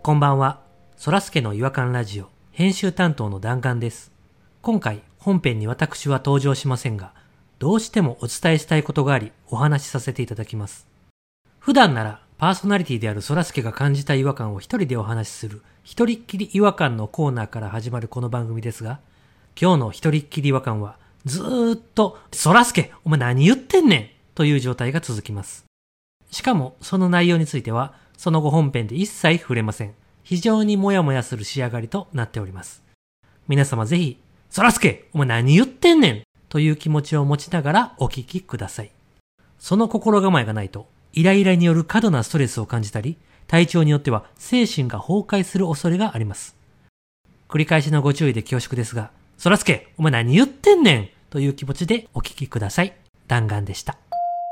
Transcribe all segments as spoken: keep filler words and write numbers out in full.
こんばんは。そらすけの違和感ラジオ編集担当の弾丸です。今回本編に私は登場しませんが、どうしてもお伝えしたいことがありお話しさせていただきます。普段ならパーソナリティであるそらすけが感じた違和感を一人でお話しする一人っきり違和感のコーナーから始まるこの番組ですが、今日の一人っきり違和感はずーっとそらすけお前何言ってんねんという状態が続きます。しかもその内容についてはその後本編で一切触れません。非常にモヤモヤする仕上がりとなっております。皆様ぜひ、そらすけお前何言ってんねんという気持ちを持ちながらお聞きください。その心構えがないと、イライラによる過度なストレスを感じたり、体調によっては精神が崩壊する恐れがあります。繰り返しのご注意で恐縮ですが、そらすけお前何言ってんねんという気持ちでお聞きください。弾丸でした。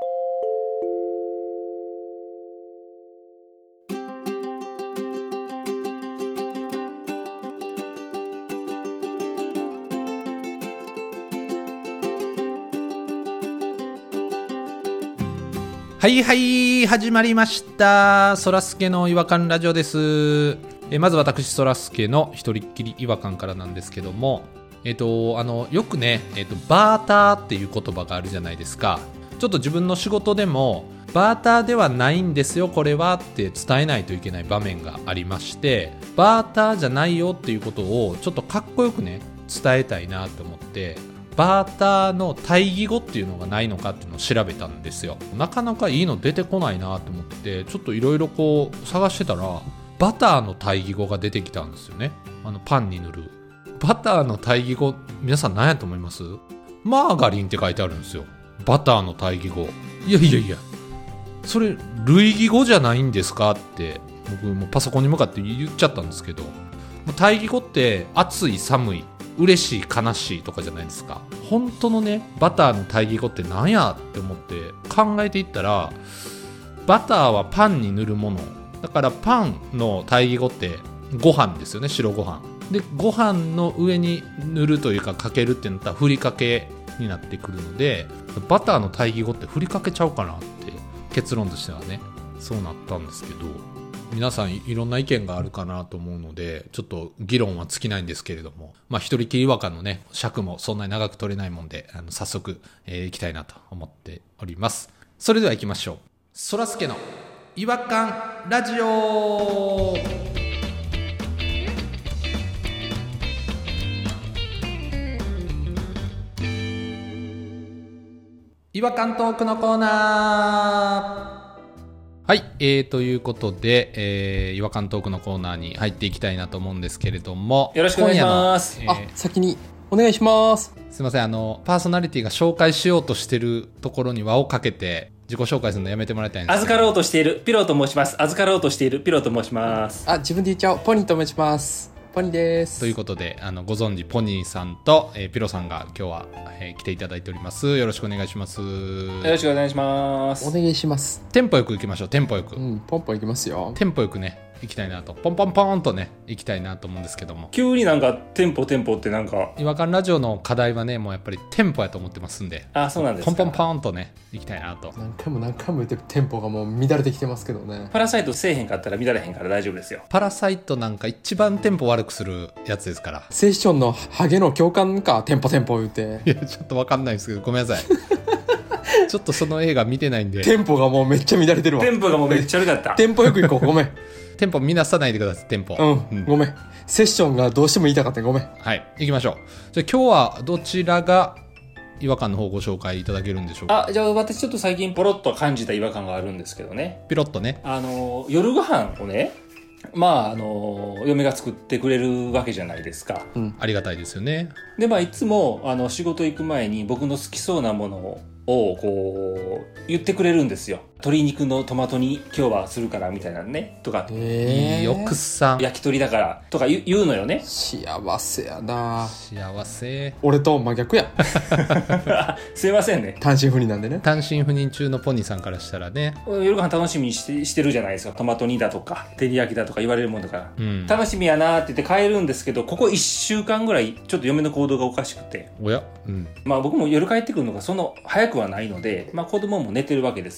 はいはい始まりました。そらすけの違和感ラジオです。えまず私そらすけの一人っきり違和感からなんですけども、えっとあのよくね、えっとバーターっていう言葉があるじゃないですか。ちょっと自分の仕事でもバーターではないんですよこれはって伝えないといけない場面がありまして、バーターじゃないよっていうことをちょっとかっこよくね伝えたいなと思って、バーターの対義語っていうのがないのかっていうのを調べたんですよ。なかなかいいの出てこないなと思ってちょっといろいろこう探してたら、バターの対義語が出てきたんですよね。あのパンに塗るバターの対義語、皆さん何やと思います？マーガリンって書いてあるんですよ。バターの対義語、いやいやいやそれ類義語じゃないんですかって僕もパソコンに向かって言っちゃったんですけど、対義語って暑い寒い嬉しい悲しいとかじゃないですか。本当のねバターの対義語って何やって思って考えていったら、バターはパンに塗るものだから、パンの対義語ってご飯ですよね。白ご飯で、ご飯の上に塗るというかかけるってなったらふりかけになってくるので、バターの対義語ってふりかけちゃうかなって結論としてはねそうなったんですけど、皆さんいろんな意見があるかなと思うのでちょっと議論は尽きないんですけれども、まあ一人きり違和感のね尺もそんなに長く取れないもんで、あの早速、えー、いきたいなと思っております。それでは行きましょう。そらすけの違和感ラジオ。違和感トークのコーナー。はい、えー、ということで、えー、違和感トークのコーナーに入っていきたいなと思うんですけれども、 よろしくお願いします。 えー、 あ、先にお願いします。 すいません、あのパーソナリティが紹介しようとしてるところに輪をかけて自己紹介するのやめてもらいたいんです。 預かろうとしているピロと申します。預かろうとしているピロと申します。 あ、自分で言っちゃおう。ポニーと申します。ポニーです。 ということで、あのご存知ポニーさんと、えー、ピロさんが今日は、えー、来ていただいております。よろしくお願いします。よろしくお願いします。 お願いします。 テンポよく行きましょう。テンポよく、 うん、ポンポン行きますよ。 テンポよくね行きたいなと、ポンポンポンとね行きたいなと思うんですけども、 急になんかテンポテンポってなんか違和感ラジオの課題はねもうやっぱりテンポやと思ってますんで、 あ、そうなんですか。 ポンポンポンとね行きたいなと。 何回も何回も言ってるテンポがもう乱れてきてますけどね。 パラサイトせえへんかったら乱れへんから大丈夫ですよ。 パラサイトなんか一番テンポ悪くするやつですから。 セッションのハゲの教官か、テンポテンポ言うて。 いやちょっと分かんないですけどごめんなさいちょっとその映画見てないんでテンポがもうめっちゃ乱れてるわ。 テンポがもうめっちゃ悪かったテンポよく行こう。ごめん。 テンポ見なさないでください。テンポ、 うん、 うん、 ごめん。セッションがどうしても言いたかった。ごめん。 はい行きましょう。じゃあ今日はどちらが違和感の方をご紹介いただけるんでしょうか。 あ、じゃあ私ちょっと最近ポロッと感じた違和感があるんですけどね。 ピロッとね。 あの夜ご飯をね、まああの嫁が作ってくれるわけじゃないですか、 うん、 ありがたいですよね。 でまあいつもあの仕事行く前に僕の好きそうなものをこう言ってくれるんですよ。鶏肉のトマト煮今日はするからみたいなねとか、 えー、 いい奥さん。 焼き鳥だからとか言う、言うのよね。 幸せやな。 幸せ。 俺と真逆やすいませんね。 単身赴任なんでね。 単身赴任中のポニーさんからしたらね、 夜ご飯楽しみにして、してるじゃないですか。トマト煮だとか照り焼きだとか言われるもんだから、 うん、 楽しみやなって言って帰るんですけど、ここいっしゅうかんぐらいちょっと嫁の行動がおかしくて、 おや、うん、 まあ僕も夜帰ってくるのがその早くはないので、まあ子供も寝てるわけですよ、 うん、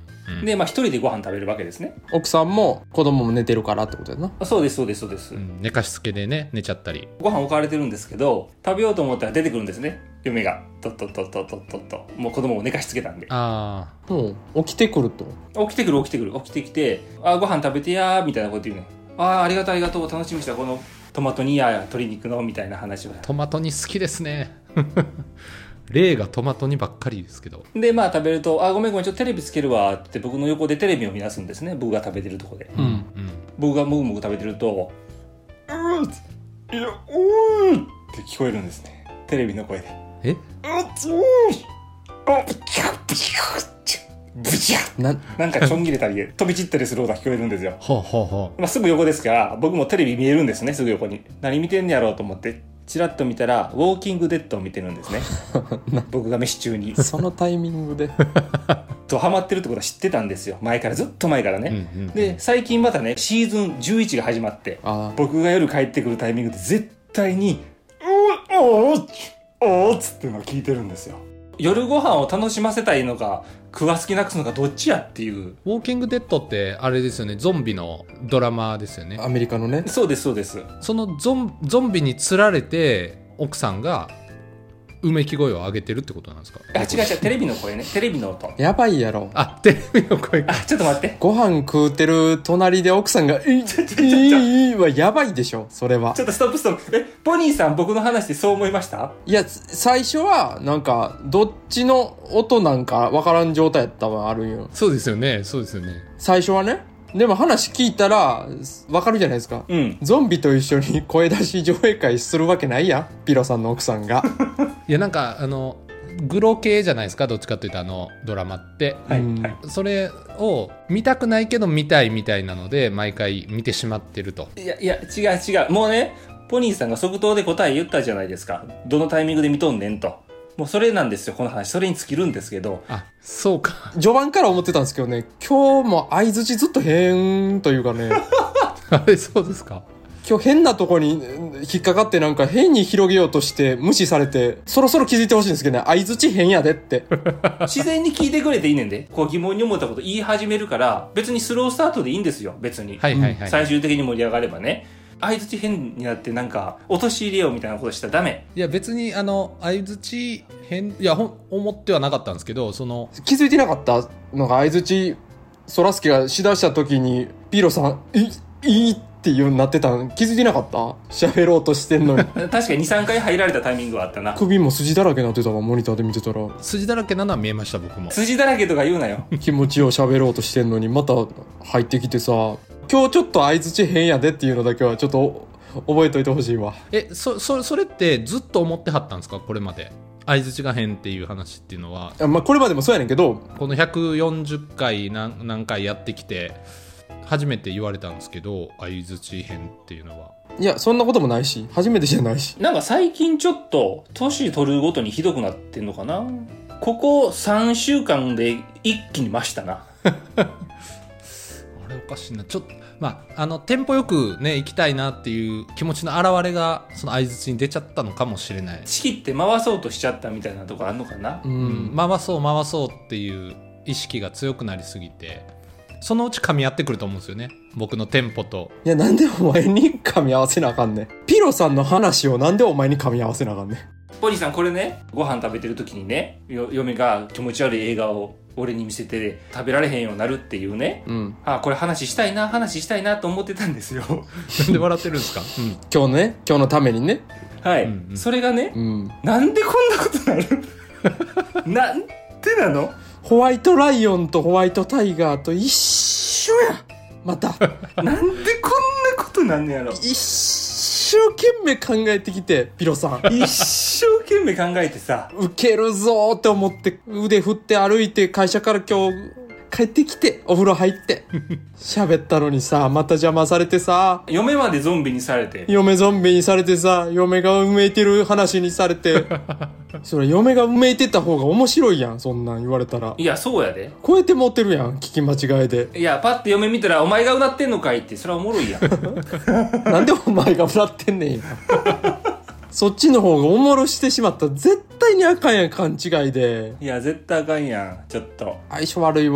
うん、 でまあ一人でご飯食べるわけですね。 奥さんも子供も寝てるからってことやな。 そうですそうですそうです、 うん、寝かしつけでね寝ちゃったり。 ご飯置かれてるんですけど、食べようと思ったら出てくるんですね、嫁がとっとっとっとっとっとっと、もう子供を寝かしつけたんで。 ああ、 うん、起きてくると。 起きてくる起きてくる起きてきて、あご飯食べてやーみたいなこと言うね。ああありがとうありがとう楽しみにしたこのトマト煮や鶏肉のみたいな話を。 トマト煮好きですね例がトマト煮ばっかりですけど。 でまあ食べると、あごめんごめんちょっとテレビつけるわって僕の横でテレビを見出すんですね、僕が食べてるとこで。 うんうん、 僕がもぐもぐ食べてると、うーいやうーって聞こえるんですね、テレビの声で。 えうつーあブチャブチャブチャななんかちょん切れたり飛び散ったりする音が聞こえるんですよ。 ほうほうほまあ、すぐ横ですから僕もテレビ見えるんですね、すぐ横に。何見てんねやろうと思ってチラッと見たらウォーキングデッドを見てるんですね僕が飯中にそのタイミングでとハマってるってことは知ってたんですよ、前からずっと前からね、 うんうん、 で最近またねシーズンじゅういちが始まって、 あ僕が夜帰ってくるタイミングで絶対にうおーおーっつってのを聞いてるんですよ。夜ご飯を楽しませたいのか食わす気なくすのかどっちやっていう。 ウォーキングデッドってあれですよね、ゾンビのドラマですよね。 アメリカのね。 そうですそうです。 そのゾンゾンビに釣られて奥さんがうめき声を上げてるってことなんですか？ あ違う違う、テレビの声ね、テレビの音。 やばいやろ。 あ、テレビの声か。 あちょっと待って、 ご飯食うてる隣で奥さんが「いいいい」はやばいでしょそれは。 ちょっとストップストップ。えポニーさん僕の話でそう思いました？ いや最初はなんかどっちの音なんかわからん状態やったはあるんよそうですよね、そうですよね。 最初はね。でも話聞いたらわかるじゃないですか。 うん。 ゾンビと一緒に声出し上映会するわけないやん、ピロさんの奥さんがいやなんかあのグロ系じゃないですか、どっちかというとあのドラマって、 はい、 うんはい。 それを見たくないけど見たいみたいなので毎回見てしまってると。 いやいや違う違う、もうねポニーさんが即答で答え言ったじゃないですか、どのタイミングで見とんねんと。もうそれなんですよこの話、それに尽きるんですけど。 あ、そうか。 序盤から思ってたんですけどね、今日も相づちずっと変というかねあれそうですか。 今日変なとこに引っかかってなんか変に広げようとして無視されて、そろそろ気づいてほしいんですけどね、相づち変やでって自然に聞いてくれていいねんで、こう疑問に思ったこと言い始めるから別にスロースタートでいいんですよ別に、 はいはいはい。 最終的に盛り上がればね。相づち変になってなんか陥れようみたいなことしたらダメ。 いや別にあの相づち変いやほん思ってはなかったんですけど、その気づいてなかったのが、相づちそらすけがしだした時にピロさん「いいい」っていうようになってたん気づいてなかった？喋ろうとしてんのに確かに にさんかい入られたタイミングはあったな。 首も筋だらけになってたわ、モニターで見てたら。 筋だらけなのは見えました僕も。 筋だらけとか言うなよ気持ちを喋ろうとしてんのにまた入ってきてさ、今日ちょっと相づち変やでっていうのだけはちょっと覚えといてほしいわ。 えそそそれってずっと思ってはったんですか、これまで。相づちが変っていう話っていうのは。 まあこれまでもそうやねんけど、 このひゃくよんじゅっかい何何回やってきて初めて言われたんですけど、相づち変っていうのは。 いやそんなこともないし初めてじゃないし。 なんか最近ちょっと年取るごとにひどくなってんのかな。ここさんしゅうかんで一気に増したなあれおかしいな。ちょっとまああのテンポよくね行きたいなっていう気持ちの表れがその相づちに出ちゃったのかもしれない。 仕切って回そうとしちゃったみたいなとこあんのかな。 ううんん、回そう回そうっていう意識が強くなりすぎて、そのうち噛み合ってくると思うんですよね、僕のテンポと。 いやなんでお前に噛み合わせなあかんねん。ピロさんの話をなんでお前に噛み合わせなあかんねん。 ポニーさんこれね、ご飯食べてる時にね、よ嫁が気持ち悪い映画を俺に見せて食べられへんようになるっていうね、 うんあこれ話したいな話したいなと思ってたんですよなんで笑ってるんですか。うん、 今日ね今日のためにね。 はい、 うんうんそれがね、 うんなんでこんなことなるなんでなの。 ホワイトライオンとホワイトタイガーと一緒や。またなんでこんなことなんねやろ。 一生懸命考えてきてピロさん一生懸命考えてさ、 ウケるぞーって思って腕振って歩いて会社から今日帰ってきてお風呂入って喋ったのにさ、また邪魔されてさ、 嫁までゾンビにされて、 嫁ゾンビにされてさ、嫁がうめいてる話にされてそれ嫁がうめいてた方が面白いやん、そんなん言われたら。 いやそうやで。 超えて持ってるやん、聞き間違いで。 いやパッて嫁見たらお前がうなってんのかいって、それはおもろいやんなんでお前がうなってんねんやそっちの方がおもろしてしまったら絶対にあかんやん、勘違いで。 いや絶対あかんやん、ちょっと。 相性悪いわ。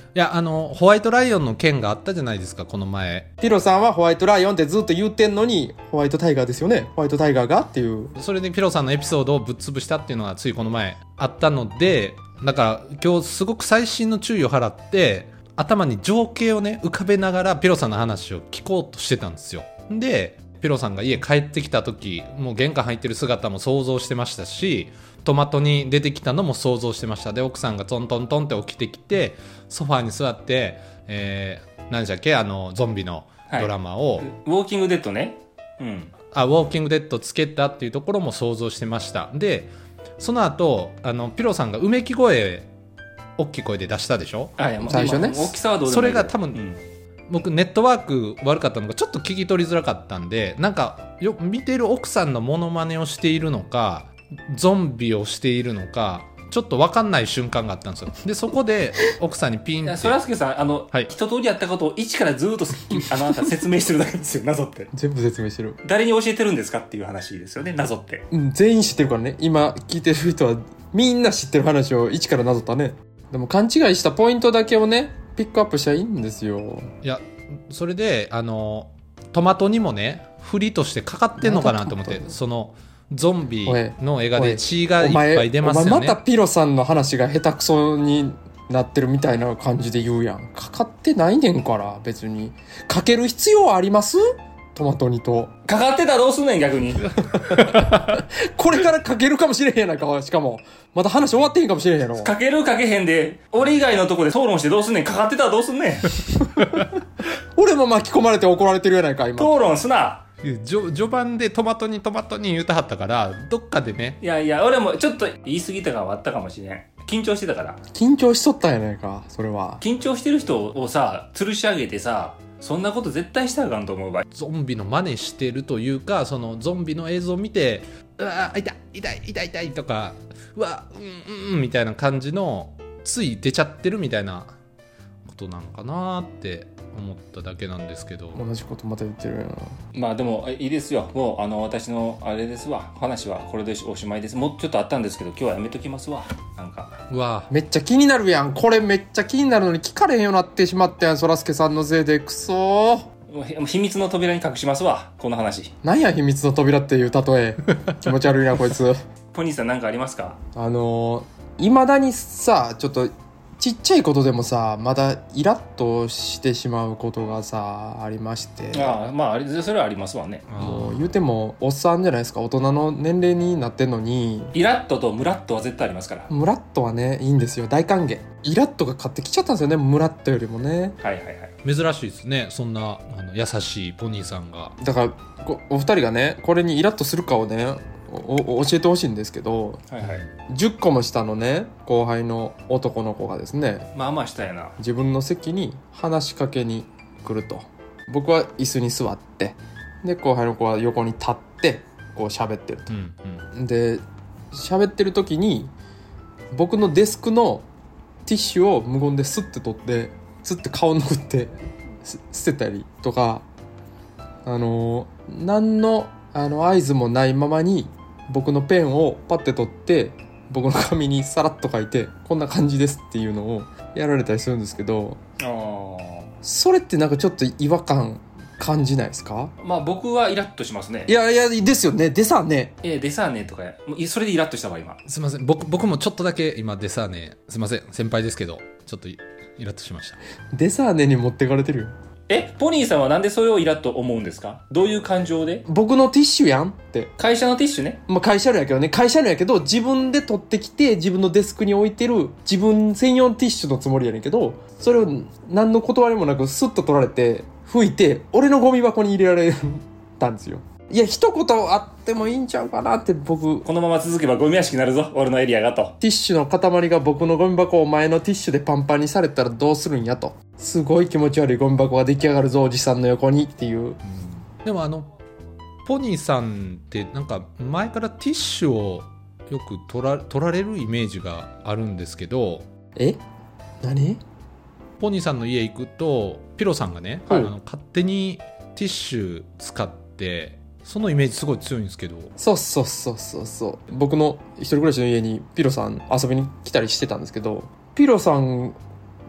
いやあのホワイトライオンの件があったじゃないですかこの前。 ピロさんはホワイトライオンってずっと言ってんのにホワイトタイガーですよね、ホワイトタイガーがっていう。 それでピロさんのエピソードをぶっ潰したっていうのがついこの前あったので、だから今日すごく細心の注意を払って頭に情景をね浮かべながらピロさんの話を聞こうとしてたんですよ。でピロさんが家帰ってきた時もう玄関入ってる姿も想像してましたし、トマトに出てきたのも想像してました。で奥さんがトントントンって起きてきてソファーに座って、えー、何でしたっけあのゾンビのドラマを、 はい、ウォーキングデッドね、うん、 あウォーキングデッドつけたっていうところも想像してました。でその後あのピロさんがうめき声大きい声で出したでしょ。 あいやもう最初ね大きさはどうでもいい。 それが多分、 うん僕ネットワーク悪かったのがちょっと聞き取りづらかったんで、なんかよ見てる奥さんのモノマネをしているのかゾンビをしているのかちょっと分かんない瞬間があったんですよ。でそこで奥さんにピンってそらすけさんあの、 はい、 一通りやったことを一からずっとあのあなた説明してるだけですよ謎って全部説明してる。 誰に教えてるんですかっていう話ですよね謎って。 うん、全員知ってるからね。今聞いてる人はみんな知ってる話を一からなぞったね。でも勘違いしたポイントだけをねピックアップしたらいいんですよ。 いやそれであのトマトにもね振りとしてかかってんのかなと思って、そのゾンビの映画で血がいっぱい出ますよね。 お前、お前またピロさんの話が下手くそになってるみたいな感じで言うやん。かかってないねんから別に。かける必要あります？トマトにと。 かかってたらどうすんねん逆にこれからかけるかもしれへんやないか。しかもまた話終わってへんかもしれへんやろ。 かけるかけへんで俺以外のとこで討論してどうすんねん。かかってたらどうすんねん俺も巻き込まれて怒られてるやないか今。 討論すな。 序序盤でトマトにトマトに言うたはったからどっかでね。 いやいや俺もちょっと言い過ぎた感はあったかもしれん。緊張してたから。 緊張しとったんやないかそれは。 緊張してる人をさ吊るし上げてさそんなこと絶対したらあかんと思う場合。 ゾンビの真似してるというか、そのゾンビの映像を見てうわ痛い痛い痛い痛いとかうわうんうんみたいな感じのつい出ちゃってるみたいなことなんかなって思っただけなんですけど。 同じことまた言ってるやん。 まあでもいいですよ。もうあの私のあれですわ。話はこれでおしまいです。もうちょっとあったんですけど今日はやめときますわ。なんかうわめっちゃ気になるやん。これめっちゃ気になるのに聞かれへんようになってしまったやん。そらすけさんのせいで。くそー。 秘密の扉に隠しますわこの話。 なんや秘密の扉っていう例え気持ち悪いなこいつ。 ポニーさん何かありますか？ あのー、いまだにさちょっとちっちゃいことでもさまだイラッとしてしまうことがさありまして。 ああまああれそれはありますわね。 もう言うてもおっさんじゃないですか。大人の年齢になってんのに。 イラッととムラッとは絶対ありますから。 ムラッとはねいいんですよ。大歓迎。イラッとが勝ってきちゃったんですよねムラッとよりもね。 はいはいはい。 珍しいですねそんなあの優しいポニーさんが。 だからこお二人がねこれにイラッとするかをねおお教えてほしいんですけど、 はいはい、 じゅっこも下のね後輩の男の子がですねまあまあ下やな。 自分の席に話しかけに来ると。僕は椅子に座ってで後輩の子は横に立ってこう喋ってると、 うんうん、 で喋ってる時に僕のデスクのティッシュを無言でスッて取ってスッて顔拭って捨てたりとか、あのー、何のあの合図もないままに僕のペンをパッて取って僕の紙にさらっと書いてこんな感じですっていうのをやられたりするんですけど、 あそれってなんかちょっと違和感感じないですか？ まあ僕はイラッとしますね。 いやいやですよね。でさねえー、でさねとかそれでイラッとしたわ今。 すいません 僕, 僕もちょっとだけ今でさねすいません先輩ですけどちょっとイラッとしました。 でさねに持ってかれてるよ。 えポニーさんはなんでそれをイラッと思うんですか？どういう感情で？ 僕のティッシュやんって。 会社のティッシュね。 まあ会社のやけどね会社のやけど自分で取ってきて自分のデスクに置いてる自分専用ティッシュのつもりやねんけど、それを何の断りもなくスッと取られて拭いて俺のゴミ箱に入れられたんですよ。いや一言あってもいいんちゃうかなって。僕このまま続けばゴミ屋敷になるぞ俺のエリアがと。 ティッシュの塊が僕のゴミ箱を前のティッシュでパンパンにされたらどうするんやと。すごい気持ち悪いゴミ箱が出来上がるぞおじさんの横にっていう、うん、 でもあのポニーさんってなんか前からティッシュをよく取ら、取られるイメージがあるんですけど。 え何？ ポニーさんの家行くとピロさんがね、はい、あの勝手にティッシュ使ってそのイメージすごい強いんですけど。 そうそうそうそうそう。僕の一人暮らしの家にピロさん遊びに来たりしてたんですけど、ピロさん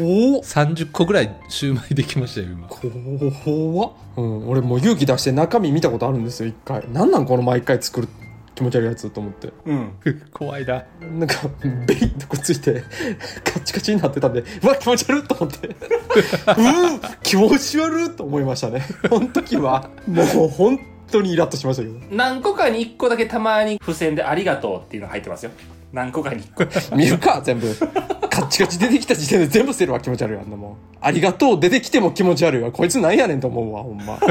おさんじゅっこぐらいシューマイできましたよ今。 怖っ、うん、俺もう勇気出して中身見たことあるんですよ一回。なんなんこの毎回作る気持ち悪いやつと思って、 うん怖いな。 なんかベリッとくっついてカチカチになってたんで、うわ気持ち悪いと思ってうん気持ち悪いと思いましたね。この時はもう本当にイラッとしましたけど。 何個かにいっこだけたまに付箋でありがとうっていうのが入ってますよ。何個かにいっこ見るか全部カッチカチ出てきた時点で全部捨てるわ。気持ち悪いわ。あんなもんありがとう出てきても気持ち悪いわ。こいつなんやねんと思うわほんま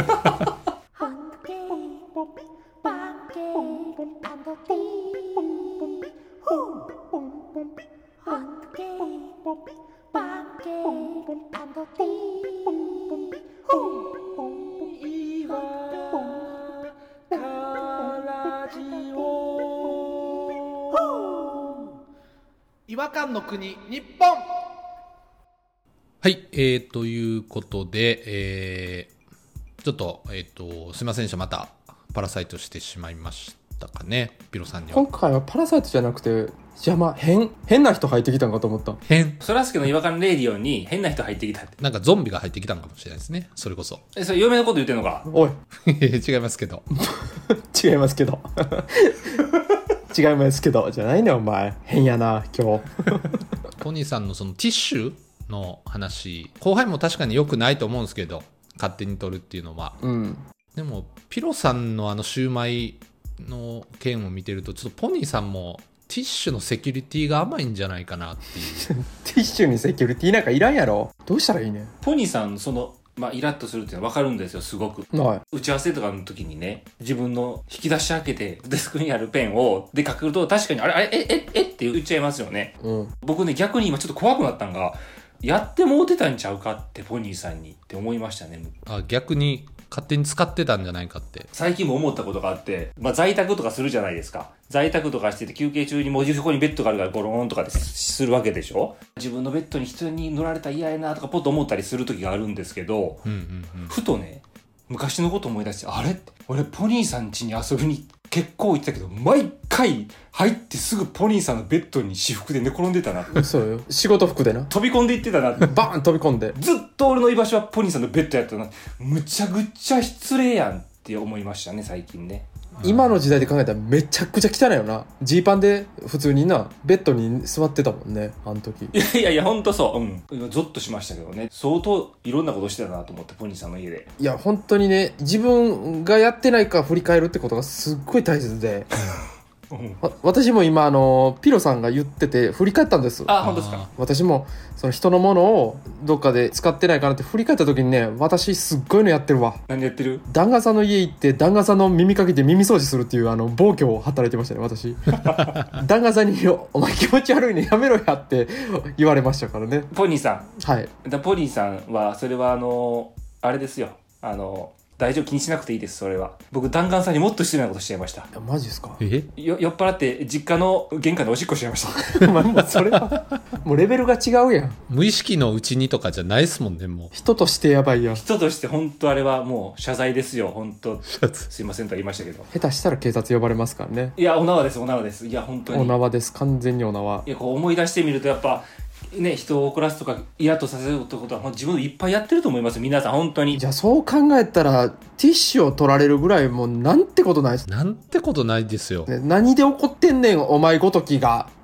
違和感の国日本。はい、えー、ということで、えー、ちょっと、えーと、すいませんでした。またパラサイトしてしまいましたかね、ピロさんには。 今回はパラサイトじゃなくて邪魔変変な人入ってきたんかと思った。 変そらすけの違和感レディオンに変な人入ってきたって。 なんかゾンビが入ってきたのかもしれないですね。それこそ。 え、それ嫁のこと言ってんのか。 おい違いますけど違いますけど違いますけどじゃないねお前。変やな今日ポニーさんのそのティッシュの話、後輩も確かに良くないと思うんですけど、勝手に取るっていうのは。 うんでもピロさんのあのシューマイの件を見てると、ちょっとポニーさんもティッシュのセキュリティが甘いんじゃないかなっていうティッシュにセキュリティなんかいらんやろ。どうしたらいいねん。 ポニーさんそのまあイラッとするっていうのは分かるんですよ。すごくはい打ち合わせとかの時にね、自分の引き出し開けてデスクにあるペンをで書くと確かにあれあれえええって言っちゃいますよね。 うん僕ね逆に今ちょっと怖くなったんが、やってもうてたんちゃうかってポニーさんにって思いましたね。 あ、逆に勝手に使ってたんじゃないかって。 最近も思ったことがあって、まあ在宅とかするじゃないですか。在宅とかしてて休憩中にもうそこにベッドがあるからゴローンとかでするわけでしょ。自分のベッドに人に乗られたら嫌やなとかポッと思ったりする時があるんですけど、 うんうんうん、 ふとね昔のこと思い出して、あれ俺ポニーさん家に遊びに結構行ってたけど、毎回入ってすぐポニーさんのベッドに私服で寝転んでたな。 そうよ。仕事服でな。 飛び込んでいってたな。 バーン飛び込んで。 ずっと俺の居場所はポニーさんのベッドやったな。むちゃくちゃ失礼やんって思いましたね、最近ね。 今の時代で考えたらめちゃくちゃ汚いよな。ジーパンで普通にな、ベッドに座ってたもんね、あの時。 いやいやいや、ほんとそう。うん。ゾッとしましたけどね。相当いろんなことしてたなと思って、ポニーさんの家で。 いや、本当にね、自分がやってないか振り返るってことがすっごい大切で。うん、私も今あのピロさんが言ってて振り返ったんです。 あ、本当ですか。 私もその人のものをどっかで使ってないかなって振り返った時にね、私すっごいのやってるわ。 何やってる？ 旦那さんの家行って旦那さんの耳かけて耳掃除するっていうあの暴挙を働いてましたね、私。旦那さんにお前気持ち悪いねやめろやって言われましたからね。 ポニーさん。 はい。 だポニーさんはそれはあのあれですよ。あの。大丈夫、気にしなくていいです。それは僕弾丸さんにもっと失礼なことしちゃいました。 いやマジですか？ えよ酔っ払って実家の玄関でおしっこしちゃいましたお前もうそれはもうレベルが違うやん。 無意識のうちにとかじゃないですもんね。もう人としてやばいやん。 人として本当あれはもう謝罪ですよ。本当すいませんと言いましたけど、 下手したら警察呼ばれますからね。 いやお縄ですお縄です。いや本当にお縄です、完全にお縄。 いやこう思い出してみるとやっぱね、人を怒らすとかイラッとさせるってことは自分でいっぱいやってると思います。皆さん本当に。 じゃあそう考えたらティッシュを取られるぐらいもうなんてことないです。 なんてことないですよ、 ね、何で怒ってんねんお前ごときが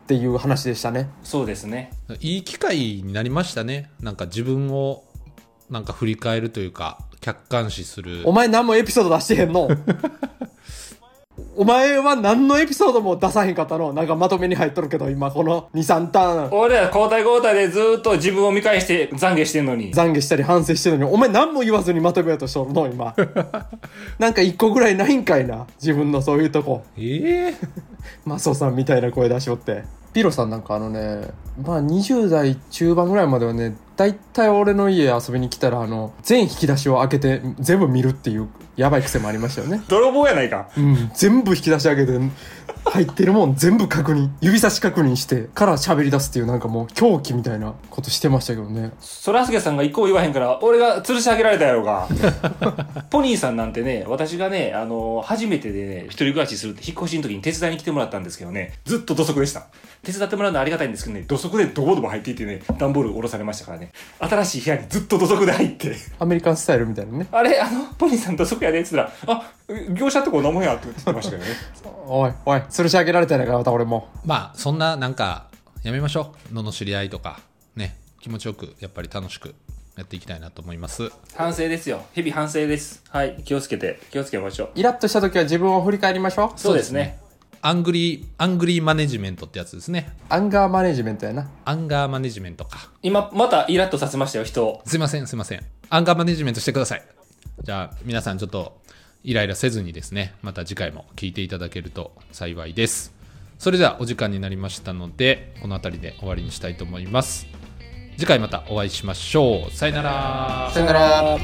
っていう話でしたね。 そうですね。 いい機会になりましたね。なんか自分をなんか振り返るというか客観視する。 お前何もエピソード出してへんのお前は何のエピソードも出さへんかったの。なんかまとめに入っとるけど今この にさんターン俺ら交代交代でずーっと自分を見返して懺悔してんのに。 懺悔したり反省してるのにお前何も言わずにまとめようとしとるの今なんか一個ぐらいないんかいな自分のそういうとこ。 ええマソさんみたいな声出しおって。ピロさんなんかあのね、まあにじゅう代中盤ぐらいまではね、だいたい俺の家遊びに来たらあの全引き出しを開けて全部見るっていうやばい癖もありましたよね。 泥棒やないか。 うん、全部引き出し開けて入ってるもん全部確認、指差し確認してから喋り出すっていうなんかもう狂気みたいなことしてましたけどね。 そらすけさんが一個も言わへんから俺が吊るし上げられたやろうがポニーさんなんてね、私がね、あの初めてでね一人暮らしするって引っ越しの時に手伝いに来てもらったんですけどね、ずっと土足でした。手伝ってもらうのはありがたいんですけどね、土足でドボドボ入っていってね、段ボール下ろされましたからね。新しい部屋にずっと土足で入ってアメリカンスタイルみたいなね。 あれ、あのポニーさん土足やでっつったら、あ、業者ってこんなもんやって言ってましたけどねおいおい吊るし上げられたやないかまた俺も。 まあそんななんかやめましょう。のの知り合いとかね、気持ちよくやっぱり楽しくやっていきたいなと思います。 反省ですよ。日々反省です。はい、気をつけて気をつけましょう。 イラッとした時は自分を振り返りましょう。 そうですね。 アングリーアングリーマネジメントってやつですね。 アンガーマネジメントやな。 アンガーマネジメントか。 今またイラッとさせましたよ、人を。 すいませんすいません。アンガーマネジメントしてください。じゃあ皆さんちょっとイライラせずにですね、また次回も聞いていただけると幸いです。それではお時間になりましたのでこの辺りで終わりにしたいと思います。次回またお会いしましょう。さよなら。 さよなら。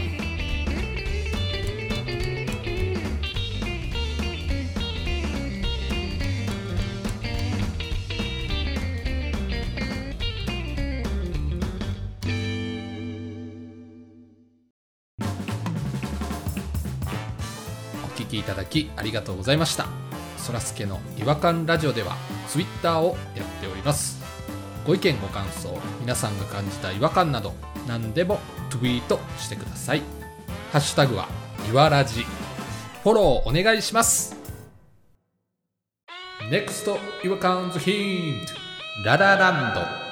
お聞きいただきありがとうございました。そらすけの違和感ラジオではツイッターをやっております。ご意見ご感想、皆さんが感じた違和感など何でもツイートしてください。ハッシュタグはいわらじ。フォローお願いします。 ネクスト 違和感ズヒントララランド。